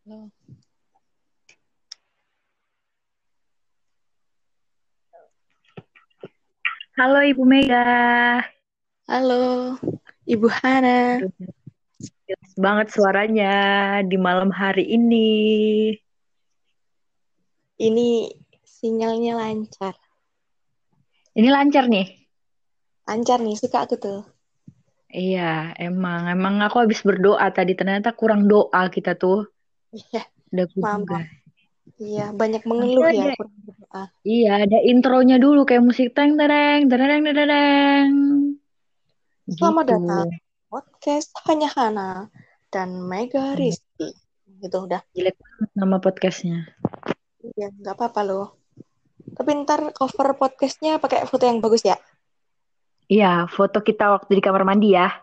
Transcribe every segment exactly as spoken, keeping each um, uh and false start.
Halo. Halo Ibu Mega. Halo, Ibu Hana. Aduh, jelas banget suaranya di malam hari ini. Ini sinyalnya lancar. Ini lancar nih. Lancar nih, suka aku tuh. Iya, emang emang aku habis berdoa tadi ternyata kurang doa kita tuh. Iya, Udah aku maaf, juga. maaf. Iya, banyak Nanti mengeluh ya ada, kurang berdoa. iya ada intronya dulu kayak musik teng tereng tereng tereng Selamat gitu. datang podcast hanya Hana dan Mega Iya, Rizky. Gitu udah. jelek banget nama podcastnya. Iya, nggak apa-apa loh. Tapi ntar cover podcastnya pakai foto yang bagus ya. Iya, foto kita waktu di kamar mandi ya.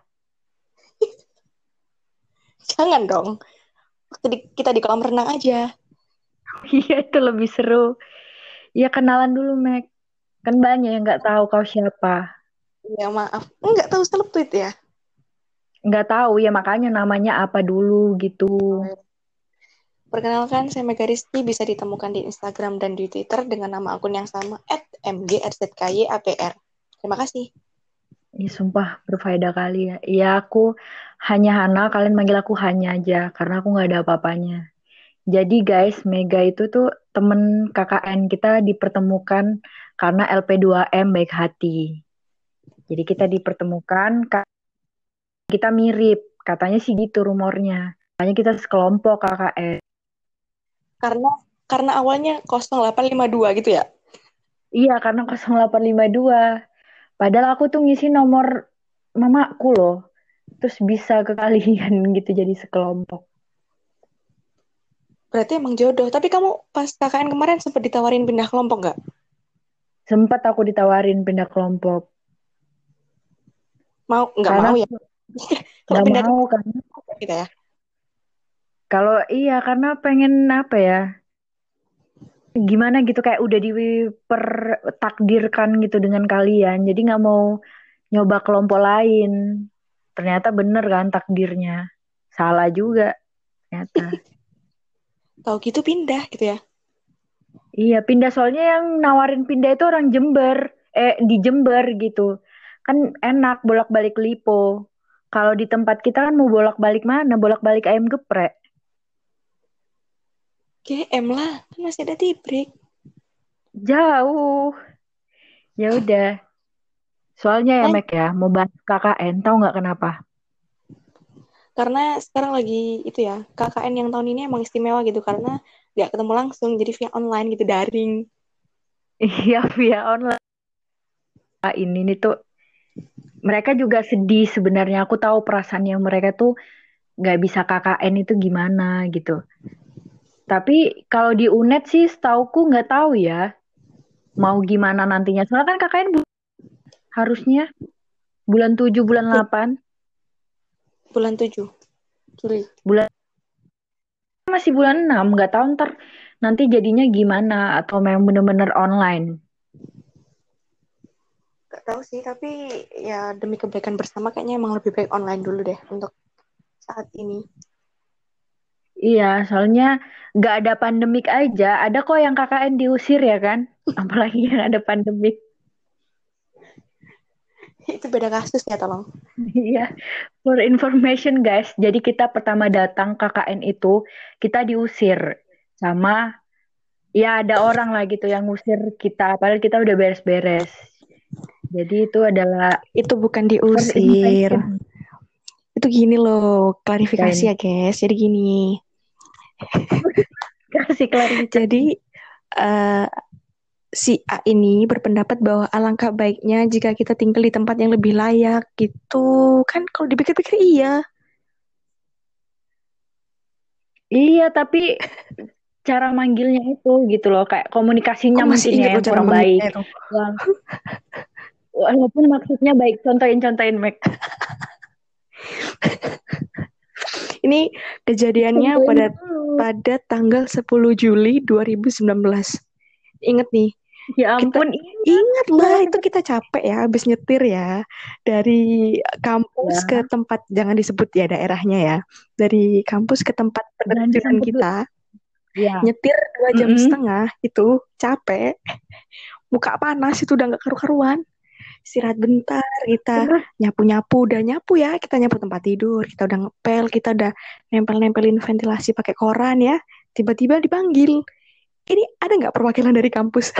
Jangan dong. Waktu di- kita di kolam renang aja. Iya, itu lebih seru. Iya, kenalan dulu, Meg. Kan banyak yang nggak tahu kau siapa. Iya, maaf. Nggak tahu seleb tweet ya. Nggak tahu ya makanya namanya apa dulu gitu. Perkenalkan, saya Mega Rizky, bisa ditemukan di Instagram dan di Twitter dengan nama akun yang sama at m g r z k y a p r. Terima kasih. Ini sumpah berfaedah kali ya. Iya aku hanya Hana, kalian manggil aku Hanya aja karena aku nggak ada apa-apanya. Jadi guys, Mega itu tuh temen K K N kita dipertemukan karena L P dua M baik hati. Jadi kita dipertemukan, ka- kita mirip. Katanya sih gitu rumornya. Makanya kita sekelompok K K N. Karena karena awalnya nol delapan lima dua gitu ya. Iya karena nol delapan lima dua. Padahal aku tuh ngisi nomor mamaku loh. Terus bisa ke kalian gitu jadi sekelompok. Berarti emang jodoh. Tapi kamu pas K K N kemarin sempat ditawarin pindah kelompok nggak? Sempat aku ditawarin pindah kelompok. Mau nggak Karena mau ya? aku Kalau nggak pindah mau kelompok kan. kita ya. Kalau iya karena pengen apa ya? Gimana gitu kayak udah dipertakdirkan gitu dengan kalian. Jadi nggak mau nyoba kelompok lain. Ternyata bener kan takdirnya. Salah juga ternyata. Tahu gitu pindah gitu ya. Iya pindah soalnya yang nawarin pindah itu orang Jember. Eh di Jember gitu. Kan enak bolak-balik Lipo. Kalau di tempat kita kan mau bolak-balik mana? Bolak-balik ayam geprek. G M lah, kan masih ada tibrik. Jauh. Ya udah. Soalnya ya Nah, Mac ya, mau bahas K K N, tahu nggak kenapa? karena sekarang lagi itu ya, K K N yang tahun ini emang istimewa gitu karena nggak ketemu langsung, jadi via online gitu, daring. Iya, via online. Ini nih tuh, mereka juga sedih sebenarnya. Aku tahu perasaan yang mereka tuh nggak bisa K K N itu gimana gitu. Tapi kalau di UNED sih, setauku nggak tahu ya, mau gimana nantinya. Soalnya kan K K N bu- harusnya bulan tujuh, bulan delapan, Bulan tujuh Juli. bulan masih bulan enam, nggak tahu ntar nanti jadinya gimana atau memang bener-bener online. Gak tahu sih, tapi ya demi kebaikan bersama kayaknya emang lebih baik online dulu deh untuk saat ini. Iya, soalnya nggak ada pandemik aja, ada kok yang K K N diusir ya kan? Apalagi yang ada pandemik. Itu beda kasus ya, tolong. Iya, for information guys, jadi kita pertama datang K K N itu, kita diusir sama, ya ada orang lah gitu yang ngusir kita, padahal kita udah beres-beres. Jadi itu adalah Itu bukan for diusir. information. Itu gini loh, klarifikasi Kain. ya guys. Jadi gini. Kasih klarifikasi. Jadi uh, si A ini berpendapat bahwa alangkah baiknya jika kita tinggal di tempat yang lebih layak gitu. Kan kalau dipikir-pikir iya. Iya, tapi cara manggilnya itu gitu loh, kayak komunikasinya Kok masih mungkin ya inget lo yang cara kurang baik. manggilnya itu? Yang walaupun maksudnya baik, contohin-contohin Mac. Ini kejadiannya Contohin pada dulu. pada tanggal sepuluh Juli dua ribu sembilan belas. Ingat nih, Ya kita ampun, Ingat lah, itu kita capek ya, habis nyetir ya. Dari kampus ke Ya, tempat, jangan disebut ya daerahnya ya. Dari kampus ke tempat jangan penerjunan disebut. kita, Ya. nyetir dua jam Mm-mm. setengah, itu capek. Muka panas, itu udah gak karu-karuan. Istirahat bentar, kita Terus, nyapu-nyapu, udah nyapu ya. Kita nyapu tempat tidur, kita udah ngepel, kita udah nempel-nempelin ventilasi pakai koran ya. Tiba-tiba dipanggil. Ini ada nggak perwakilan dari kampus?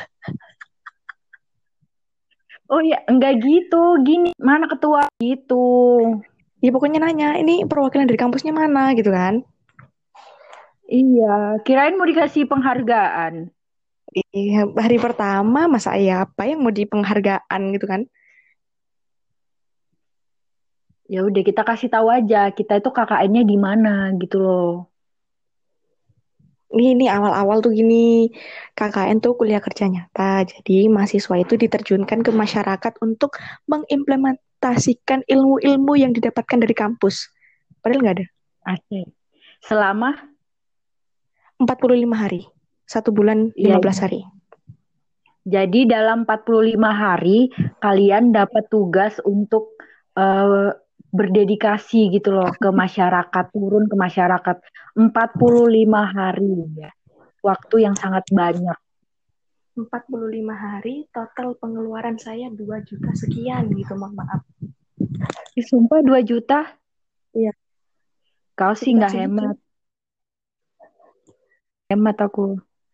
oh ya, enggak gitu. Gini, mana ketua gitu. Ya pokoknya nanya, ini perwakilan dari kampusnya mana gitu kan. Iya, kirain mau dikasih penghargaan. Iya, hari pertama masa ya apa yang mau di penghargaan gitu kan. Ya udah kita kasih tahu aja, kita itu K K N-nya di mana gitu loh. Ini, ini awal-awal tuh gini, K K N tuh kuliah kerja nyata. Jadi mahasiswa itu diterjunkan ke masyarakat untuk mengimplementasikan ilmu-ilmu yang didapatkan dari kampus. Padahal nggak ada. Asik. Selama, Empat puluh lima hari. Satu bulan ya, lima belas hari. jadi dalam empat puluh lima hari kalian dapat tugas untuk eh, berdedikasi gitu loh ke masyarakat, turun ke masyarakat. Empat puluh lima hari ya. Waktu yang sangat banyak. Empat puluh lima hari total pengeluaran saya dua juta sekian gitu, mohon maaf. Ih, sumpah dua juta, Iya, kau sih sekitar nggak segitu. hemat. Hemat aku.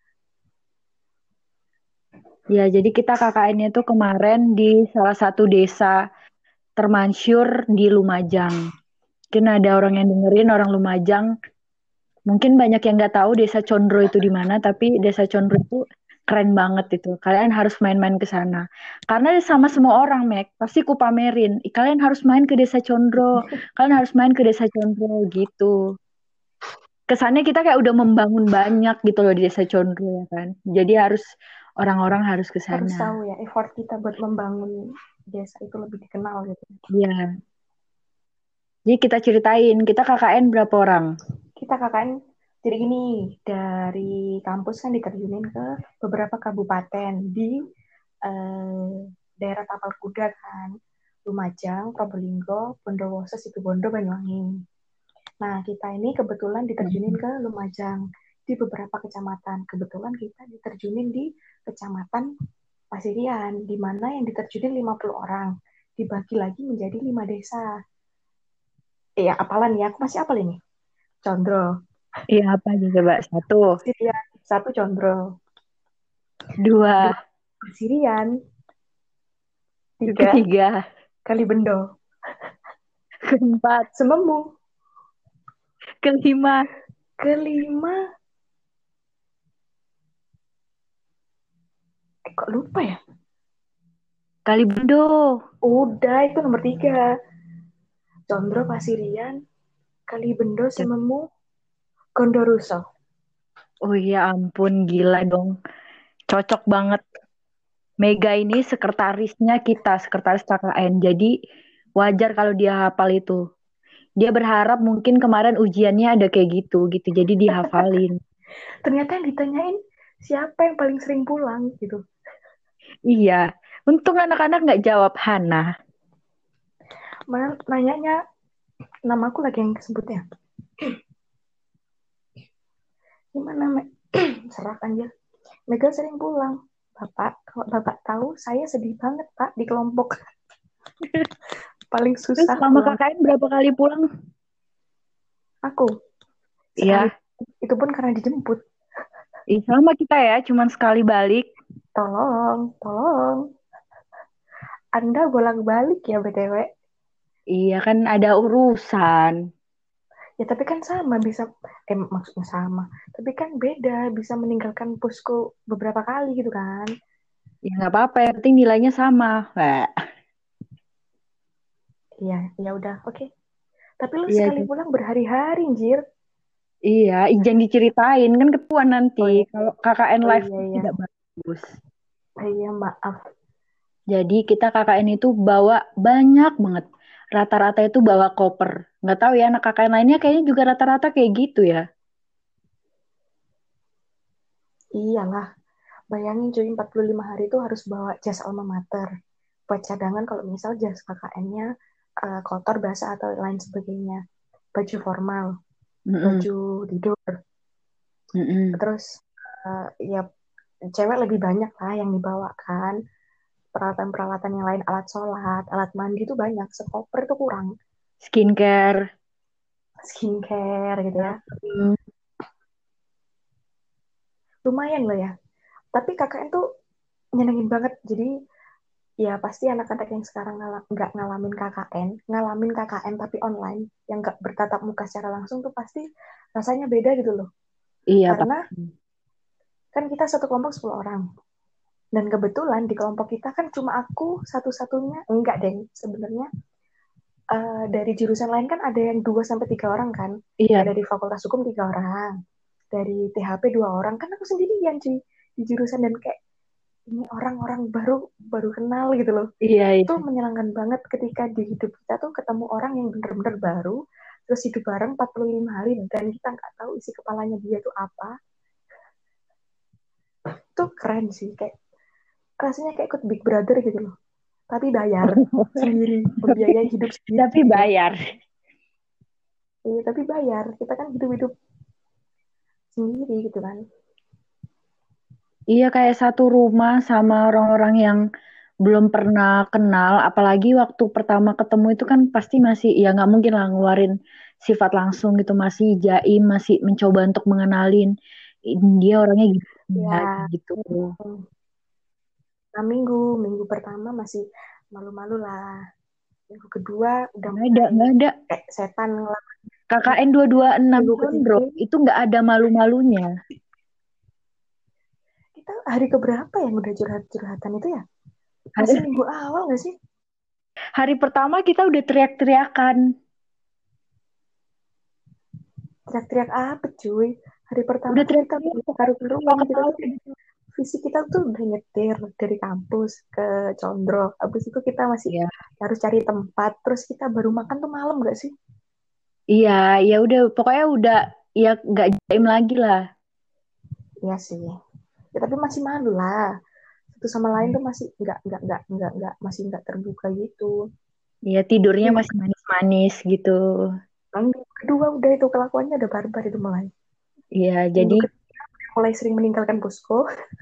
Ya, jadi kita K K N-nya tuh kemarin di salah satu desa termansyur di Lumajang. Mungkin ada orang yang dengerin orang Lumajang. Mungkin banyak yang nggak tahu desa Condro itu di mana, tapi desa Condro itu keren banget itu. Kalian harus main-main ke sana. Karena sama semua orang, Mek, pasti ku pamerin. "Ih, kalian harus main ke desa Condro. Kalian harus main ke desa Condro gitu. Kesannya kita kayak udah membangun banyak gitu loh di desa Condro ya kan. Jadi harus orang-orang harus ke Harus sana. tahu ya effort kita buat membangun desa itu lebih dikenal gitu. Iya. Jadi kita ceritain, kita K K N berapa orang? Kita kan jadi gini, dari kampus kan diterjunin ke beberapa kabupaten di eh, daerah Tapal Kuda kan. Lumajang, Probolinggo, Bondowoso, Situbondo, Banyuwangi. Nah, kita ini kebetulan diterjunin ke Lumajang di beberapa kecamatan. Kebetulan kita diterjunin di kecamatan Pasirian, di mana yang diterjunin lima puluh orang. Dibagi lagi menjadi lima desa. Eh, ya, apalan ya, aku masih apal ini. Condro, Iya apa aja coba? Satu, Pasirian, satu Condro, dua dua, Pasirian, tiga ketiga, Kalibendo, keempat, Sememu, kelima, kelima, eh, kok lupa ya? Kalibendo. Udah, itu nomor tiga. Condro, Pasirian, Kalibendo, Sememu, Gondoruso. Oh iya ampun, gila dong. Cocok banget. Mega ini sekretarisnya kita, sekretaris K K N. Jadi wajar kalau dia hafal itu. Dia berharap mungkin kemarin ujiannya ada kayak gitu, gitu. Jadi dihafalin. Ternyata yang ditanyain siapa yang paling sering pulang gitu. Iya. Untung anak-anak nggak jawab Hana. Mana nanyanya nama aku lagi yang sebutnya. Gimana, Me? Serak aja. Mega sering pulang. Bapak, kalau Bapak tahu, saya sedih banget, Pak, di kelompok. Paling Terus susah selama pulang. K K N berapa kali pulang? Aku, sekali. Iya. Itu pun karena dijemput. Ih, sama kita ya, cuman sekali balik. Tolong, tolong. Anda bolak-balik ya, B T W. Iya kan ada urusan. Ya, tapi kan sama bisa, eh maksudnya sama. Tapi kan beda, bisa meninggalkan posko beberapa kali gitu kan. Ya nggak apa-apa, yang penting nilainya sama. Wah, Iya, ya udah, oke. Okay. Tapi lu iya, sekali pulang berhari-hari, anjir. iya, jangan diceritain kan ketahuan nanti. Oh iya, Kalau K K N oh live iya, itu iya. tidak bagus. Oh, iya, maaf. Jadi kita K K N itu bawa banyak banget. Rata-rata itu bawa koper. Nggak tahu ya anak K K N lainnya kayaknya juga rata-rata kayak gitu ya. Iyalah, Bayangin cuy, empat puluh lima hari itu harus bawa jas alma mater. Buat cadangan kalau misal jas K K N-nya uh, kotor, basah, atau lain sebagainya. Baju formal, Mm-mm. baju tidur. Mm-mm. Terus uh, ya cewek lebih banyak lah yang dibawakan. Peralatan-peralatan yang lain, alat sholat, alat mandi itu banyak. Sekoper itu kurang. Skincare. Skincare gitu ya. Hmm. Lumayan loh ya. Tapi K K N tuh nyenengin banget. Jadi ya pasti anak-anak yang sekarang ngal- nggak ngalamin K K N, ngalamin K K N tapi online, yang nggak bertatap muka secara langsung tuh pasti rasanya beda gitu loh. Iya, Pak. Karena kan kita satu kelompok sepuluh orang. Dan kebetulan di kelompok kita kan cuma aku satu-satunya, enggak deh sebenarnya. Uh, dari jurusan lain kan ada yang dua sampai tiga orang kan. Iya. Kayak dari Fakultas Hukum tiga orang. Dari T H P dua orang. Kan aku sendirian cuy di jurusan, dan kayak ini orang-orang baru baru kenal gitu loh. Iya, Itu iya. menyenangkan banget ketika di hidup kita tuh ketemu orang yang bener-bener baru, terus hidup bareng empat puluh lima hari dan kita nggak tahu isi kepalanya dia tuh apa. Itu keren sih, kayak rasanya kayak ikut Big Brother gitu loh, tapi bayar sendiri, Tapi, membiayai hidup sendiri tapi gitu loh. bayar. Iya, tapi bayar, kita kan hidup-hidup sendiri gitu kan. Iya, kayak satu rumah sama orang-orang yang belum pernah kenal, apalagi waktu pertama ketemu itu kan pasti masih, ya nggak mungkin lah ngeluarin sifat langsung gitu, masih jaim, masih mencoba untuk mengenalin dia orangnya gimana Ya, gitu. nah, minggu minggu pertama masih malu-malu lah, minggu kedua udah Nggak ada, mulai nggak ada. kayak setan ngelakuin. K K N dua dua enam Minggu Condro ketiga itu nggak ada malu-malunya. kita hari keberapa yang udah curhat-curhatan itu ya? Masih Hari, minggu awal gak sih? hari pertama kita udah teriak-teriakan. Teriak-teriak apa cuy? Hari pertama Udah tuh kita teriak-teriak pokoknya karu-karuan, kita ketawa-ketawa tuh kayak gitu. visi kita tuh udah nyetir dari kampus ke Condro. Habis itu kita masih Iya, harus cari tempat. Terus kita baru makan tuh malam gak sih? iya, ya udah pokoknya udah ya nggak jaim lagi lah. Iya sih. Ya, tapi masih malu lah. Satu sama lain tuh masih nggak nggak nggak nggak nggak masih nggak terbuka gitu. Ya tidurnya Minggu, masih manis-manis gitu. minggu kedua udah itu kelakuannya udah barbar itu mulai. Iya, jadi Minggu ketiga mulai sering meninggalkan posko.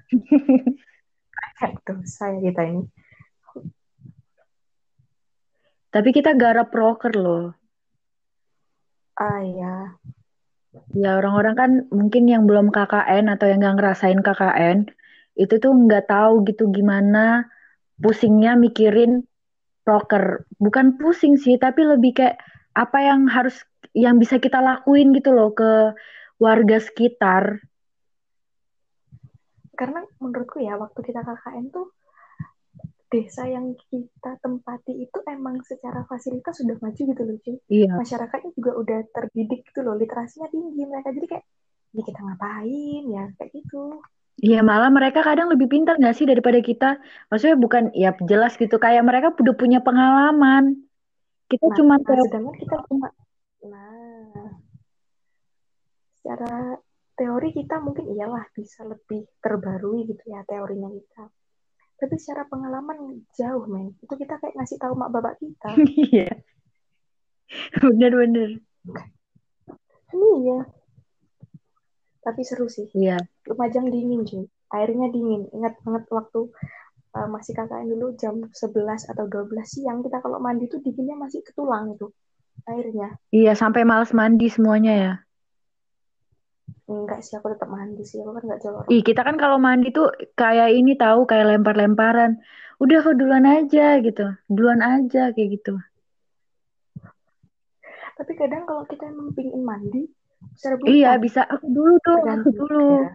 Aduh, saya kita ini. tapi kita garap proker loh. Ah ya, Ya orang-orang kan mungkin yang belum K K N atau yang nggak ngerasain K K N itu tuh nggak tahu gitu gimana pusingnya mikirin proker. Bukan pusing sih, tapi lebih kayak apa yang harus yang bisa kita lakuin gitu loh ke warga sekitar. karena menurutku ya waktu kita K K N tuh desa yang kita tempati itu emang secara fasilitas sudah maju gitu loh cuy. Iya. Masyarakatnya juga udah terdidik gitu loh, literasinya tinggi mereka, jadi kayak ini kita ngapain ya kayak gitu. Iya malah mereka kadang lebih pintar nggak sih daripada kita. Maksudnya bukan ya jelas gitu kayak mereka udah punya pengalaman. Kita Nah, cuma nah teori. sedangkan kita cuma, nah secara teori kita mungkin iyalah bisa lebih terbarui gitu ya teorinya kita, tapi secara pengalaman jauh men, itu kita kayak ngasih tahu mak bapak kita. Iya, bener-bener. Iya, tapi seru sih. Iya, Lumajang dingin cuy, airnya dingin, ingat banget waktu uh, masih K K N dulu jam sebelas atau dua belas siang, kita kalau mandi tuh dinginnya masih ketulang itu airnya. iya sampai males mandi semuanya ya. Enggak sih, aku tetap mandi sih, aku kan nggak jorok. Ih, kita kan kalau mandi tuh kayak ini tahu kayak lempar-lemparan. Udah kok duluan aja gitu. Duluan aja kayak gitu. Tapi kadang kalau kita emang pingin mandi secara Iya, butan, bisa aku dulu dong, aku tergantung dulu. ya.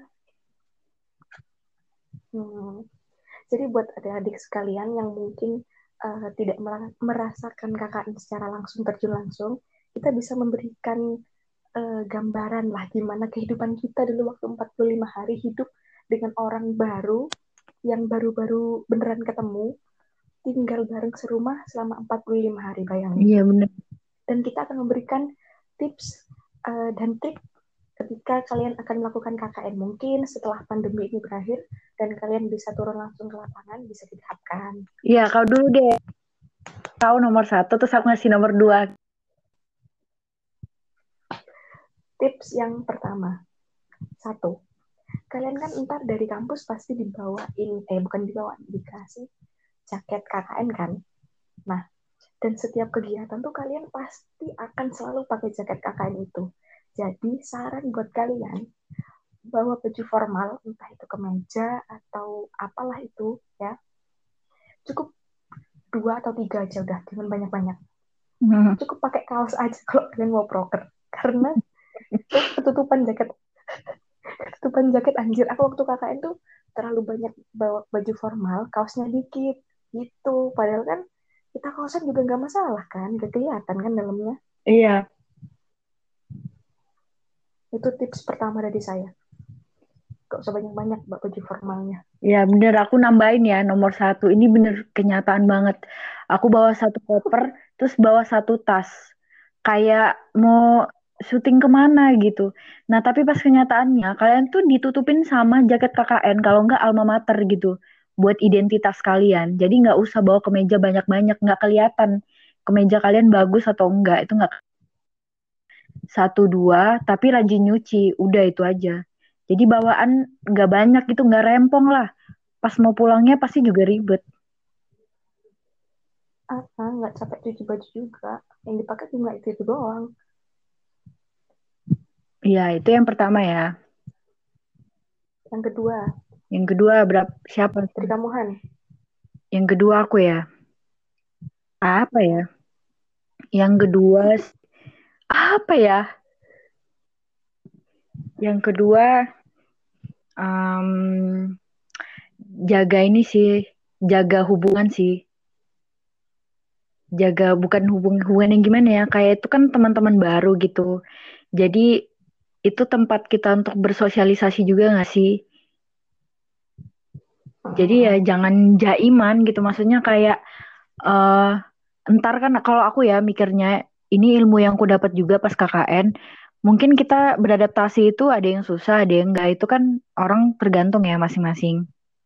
Hmm. Jadi buat adik-adik sekalian yang mungkin uh, tidak merasakan K K N secara langsung, terjun langsung, kita bisa memberikan uh, gambaran lah gimana kehidupan kita dulu waktu empat puluh lima hari hidup dengan orang baru yang baru-baru beneran ketemu, tinggal bareng serumah selama empat puluh lima hari, bayangin. Iya bener. Dan kita akan memberikan tips uh, dan trik ketika kalian akan melakukan K K N. Mungkin setelah pandemi ini berakhir dan kalian bisa turun langsung ke lapangan, bisa diterapkan. Iya, kau dulu deh. Kau nomor satu, terus aku ngasih nomor dua. Tips yang pertama, satu, kalian kan ntar dari kampus pasti dibawain, eh bukan dibawain, dikasih jaket K K N kan. Nah, dan setiap kegiatan tuh kalian pasti akan selalu pakai jaket K K N itu. Jadi saran buat kalian, bawa baju formal, entah itu kemeja atau apalah itu ya, cukup dua atau tiga aja udah, jangan banyak-banyak. Hmm. Cukup pakai kaos aja kalau kalian mau proker. Karena tuh ketutupan jaket, ketutupan jaket anjir. Aku waktu K K N tuh terlalu banyak bawa baju formal, kaosnya dikit gitu. Padahal kan kita kaosan juga nggak masalah kan, gak kelihatan kan dalamnya. Iya. Itu tips pertama dari saya. Gak usah banyak-banyak baju formalnya. Ya bener, aku nambahin ya nomor satu. Ini bener kenyataan banget. Aku bawa satu koper, terus bawa satu tas. Kayak mau syuting kemana gitu. Nah tapi pas kenyataannya, kalian tuh ditutupin sama jaket K K N, kalau nggak alma mater gitu. Buat identitas kalian. Jadi nggak usah bawa kemeja banyak-banyak, nggak kelihatan kemeja kalian bagus atau enggak. Itu nggak satu dua, tapi rajin nyuci. Udah itu aja. Jadi bawaan nggak banyak gitu, nggak rempong lah. Pas mau pulangnya pasti juga ribet. Ah, nggak capek cuci baju juga. Yang dipakai cuma itu, itu doang. Iya, itu yang pertama ya. Yang kedua, Yang kedua berapa siapa? dari kamu Han. Yang kedua aku ya. Apa ya? Yang kedua apa ya? Yang kedua em, jaga ini sih, jaga hubungan sih. Jaga bukan hubung hubungan yang gimana ya? Kayak itu kan teman-teman baru gitu. Jadi itu tempat kita untuk bersosialisasi juga nggak sih? Jadi ya jangan jaiman gitu. Maksudnya kayak eh ntar kan kalau aku ya mikirnya ini ilmu yang aku dapat juga pas K K N. Mungkin kita beradaptasi itu ada yang susah, ada yang enggak. Itu kan orang tergantung ya masing-masing.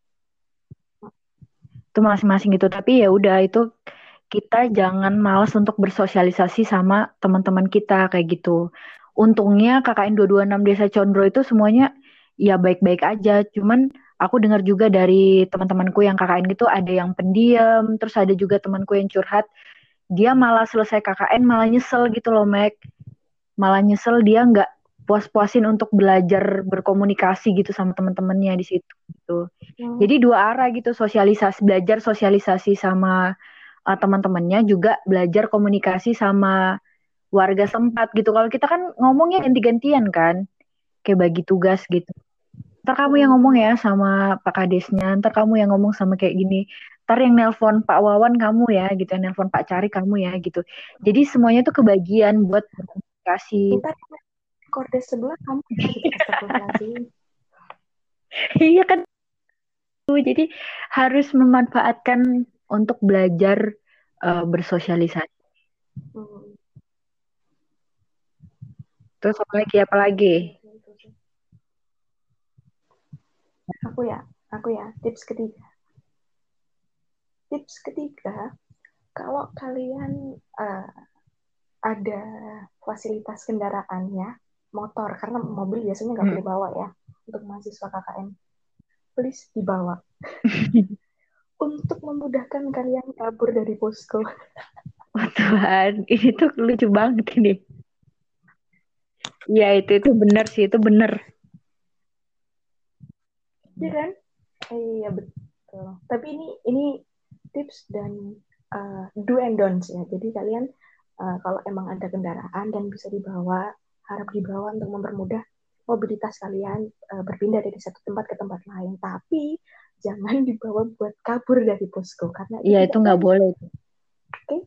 Itu masing-masing gitu. Tapi ya udah itu kita jangan malas untuk bersosialisasi sama teman-teman kita kayak gitu. Untungnya K K N enam Desa Condro itu semuanya ya baik-baik aja. Cuman aku dengar juga dari teman-temanku yang K K N gitu ada yang pendiam, terus ada juga temanku yang curhat dia malah selesai K K N malah nyesel gitu loh Mac, malah nyesel dia nggak puas-puasin untuk belajar berkomunikasi gitu sama teman-temannya di situ gitu. Hmm. Jadi dua arah gitu, sosialisasi, belajar sosialisasi sama uh, teman-temannya, juga belajar komunikasi sama warga sempat gitu. Kalau kita kan ngomongnya ganti-gantian kan, kayak bagi tugas gitu. Ntar kamu yang ngomong Hmm. ya sama Pak Kadesnya, ntar kamu yang ngomong sama kayak gini, ntar yang nelpon Pak Wawan kamu ya gitu, yang nelpon Pak Cari kamu ya gitu. Jadi semuanya tuh kebagian buat berkomunikasi. Ntar korde sebelah kamu ya gitu, astagfirullahaladzim. Iya kan, jadi harus memanfaatkan untuk belajar uh, bersosialisasi. Hmm. Terus apa lagi, apa lagi? Aku ya, aku ya, tips ketiga. Tips ketiga, kalau kalian uh, ada fasilitas kendaraannya, motor, karena mobil biasanya nggak Hmm. boleh bawa ya, untuk mahasiswa K K N, please dibawa. Untuk memudahkan kalian kabur dari posko. Oh Tuhan, ini tuh lucu banget ini. Iya itu itu benar sih, itu benar. Iya kan? Iya betul. Tapi ini ini tips dan uh, do and don'ts ya. Jadi kalian uh, kalau emang ada kendaraan dan bisa dibawa, harap dibawa untuk mempermudah mobilitas kalian uh, berpindah dari satu tempat ke tempat lain. Tapi jangan dibawa buat kabur dari posko karena itu Iya itu tidak nggak baik. boleh, Oke? Okay?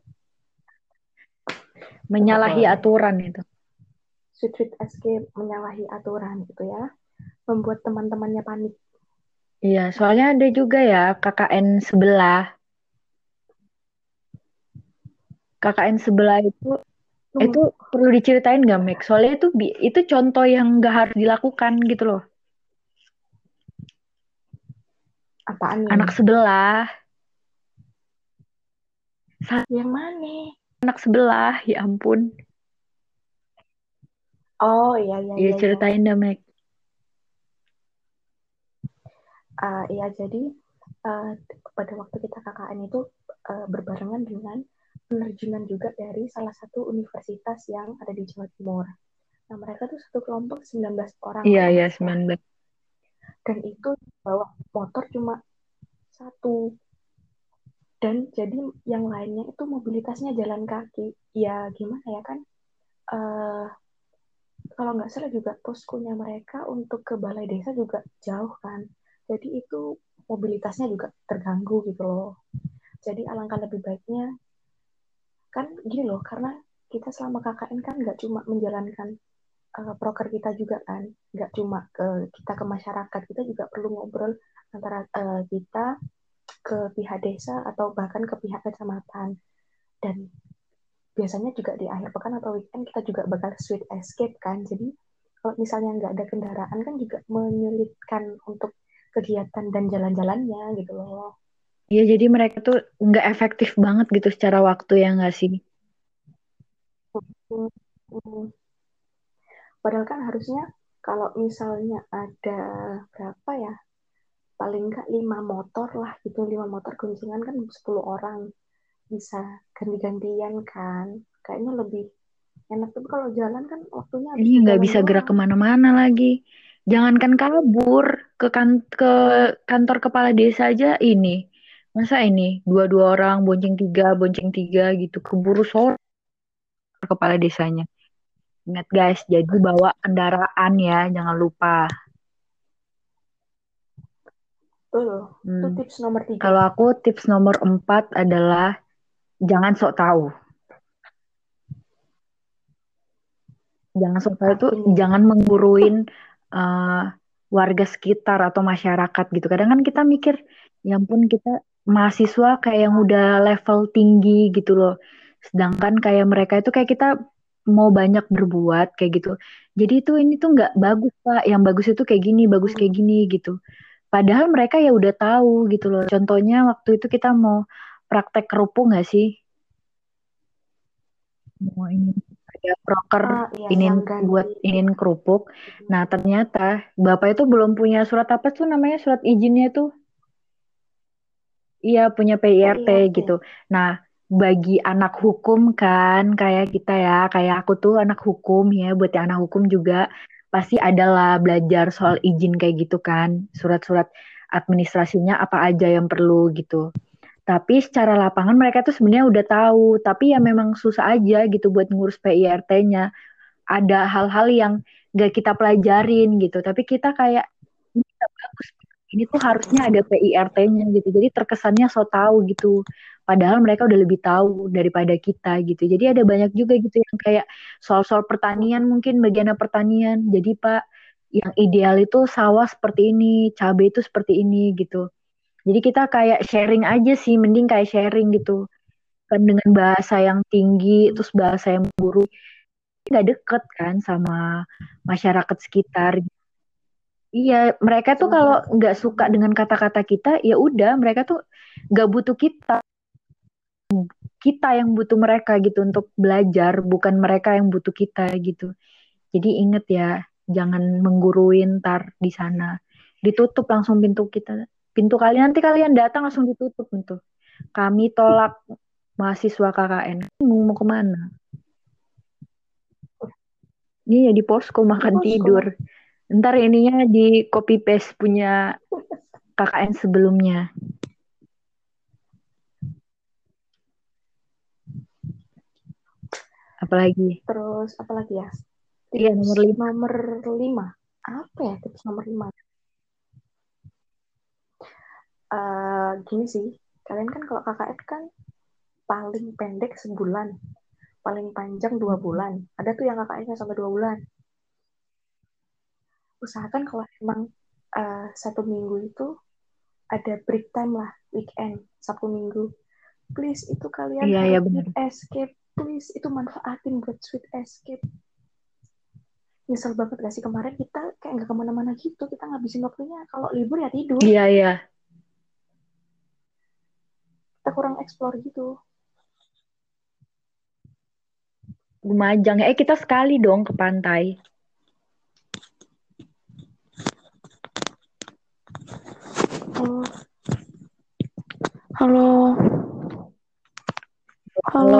menyalahi aturan itu. Sweet sweet escape menyalahi aturan gitu ya. Membuat teman-temannya panik. Iya, soalnya ada juga ya K K N sebelah. K K N sebelah itu Itu Nung- perlu diceritain nggak, Meg? Soalnya itu bi- itu contoh yang nggak harus dilakukan gitu loh. Apaan nih? Anak sebelah, sa- Yang mana? anak sebelah, ya ampun. Oh iya iya Ya iya iya. ceritain dah, Meg. Uh, iya jadi uh, pada waktu kita K K N itu uh, berbarengan dengan penerjunan juga dari salah satu universitas yang ada di Jawa Timur. Nah mereka tuh satu kelompok sembilan belas orang Iya, kalau iya, nggak salah. sembilan belas. Dan itu bawa motor cuma satu. Dan jadi yang lainnya itu mobilitasnya jalan kaki. Ya gimana ya kan? Uh, Kalau nggak salah juga poskonya mereka untuk ke balai desa juga jauh kan. Jadi itu mobilitasnya juga terganggu gitu loh. Jadi alangkah lebih baiknya kan gini loh, karena kita selama K K N kan nggak cuma menjalankan uh, proker kita juga kan, nggak cuma ke kita ke masyarakat, kita juga perlu ngobrol antara uh, kita ke pihak desa atau bahkan ke pihak kecamatan. Dan biasanya juga di akhir pekan atau weekend kita juga bakal sweet escape kan. Jadi kalau misalnya nggak ada kendaraan kan juga menyulitkan untuk kegiatan dan jalan-jalannya gitu loh. Iya, jadi mereka tuh nggak efektif banget gitu secara waktu ya nggak sih? Hmm. Padahal kan harusnya kalau misalnya ada berapa ya, paling nggak lima motor lah gitu, lima motor guncingan kan sepuluh orang bisa ganti-gantian kan. Kayaknya lebih enak. Tapi kalau jalan kan waktunya habis Iya, di nggak jalan bisa gerak doang. kemana-mana lagi. Jangankan kabur ke kan ke kantor kepala desa aja ini. Masa ini dua-dua orang bonceng tiga, bonceng tiga gitu keburu sore kepala desanya. Ingat guys, jadi bawa kendaraan ya, jangan lupa. Tuh, itu Hmm. tips nomor tiga. Kalau aku tips nomor empat adalah jangan sok tahu. Jangan sok tahu itu Apa nih? jangan mengguruin eh, warga sekitar atau masyarakat gitu. Kadang kan kita mikir, ya ampun kita mahasiswa kayak yang udah level tinggi gitu loh. Sedangkan kayak mereka itu kayak kita mau banyak berbuat kayak gitu. Jadi itu ini tuh nggak bagus Pak. Yang bagus itu kayak gini, bagus kayak gini gitu. Padahal mereka ya udah tahu gitu loh. Contohnya waktu itu kita mau praktek kerupuk nggak sih? Mau ini ada proker Ah iya inin yang ganti. buat inin kerupuk. Nah, ternyata Bapak itu belum punya surat apa tuh namanya surat izinnya tuh. Iya, punya P I R T P I R T. gitu. Nah, bagi anak hukum kan kayak kita ya, kayak aku tuh anak hukum ya, buat yang anak hukum juga pasti adalah belajar soal izin kayak gitu kan. Surat-surat administrasinya apa aja yang perlu gitu. Tapi secara lapangan mereka tuh sebenarnya udah tahu, tapi ya memang susah aja gitu buat ngurus P I R T-nya. Ada hal-hal yang gak kita pelajarin gitu. Tapi kita kayak ini gak bagus. Ini tuh harusnya ada P I R T-nya gitu. Jadi terkesannya so tahu gitu. Padahal mereka udah lebih tahu daripada kita gitu. Jadi ada banyak juga gitu yang kayak soal-soal pertanian mungkin bagian pertanian. Jadi Pak, yang ideal itu sawah seperti ini, cabai itu seperti ini gitu. Jadi kita kayak sharing aja sih, mending kayak sharing gitu. Kan dengan bahasa yang tinggi, terus bahasa yang buruk nggak deket kan sama masyarakat sekitar. Iya, mereka tuh Cuma kalau berarti nggak suka dengan kata-kata kita, ya udah mereka tuh nggak butuh kita, kita yang butuh mereka gitu untuk belajar, bukan mereka yang butuh kita gitu. Jadi inget ya, jangan mengguruin ntar di sana. Ditutup langsung pintu kita, pintu kalian nanti kalian datang langsung ditutup pintu. Kami tolak mahasiswa K K N. Mau kemana? Ini ya di posko di makan posko. tidur. Ntar ininya di copy paste punya K K N sebelumnya. Apalagi? Terus apa lagi ya? Iya Tips nomor lima. nomor lima. Apa ya tips nomor lima? Uh, gini sih, kalian kan kalau K K N kan paling pendek sebulan, paling panjang dua bulan. Ada tuh yang K K N-nya sampai dua bulan. Usahakan kalau emang uh, satu minggu itu ada break time lah, weekend, Sabtu Minggu. Please itu kalian Iya, iya harus benar. sweet escape. please itu manfaatin buat sweet escape. Nyesel banget gak sih kemarin kita kayak nggak kemana-mana gitu, kita ngabisin waktunya kalau libur ya tidur. Iya, iya. Kita kurang explore gitu. Lumajang. Eh, kita sekali dong ke pantai. Halo. Halo. Halo.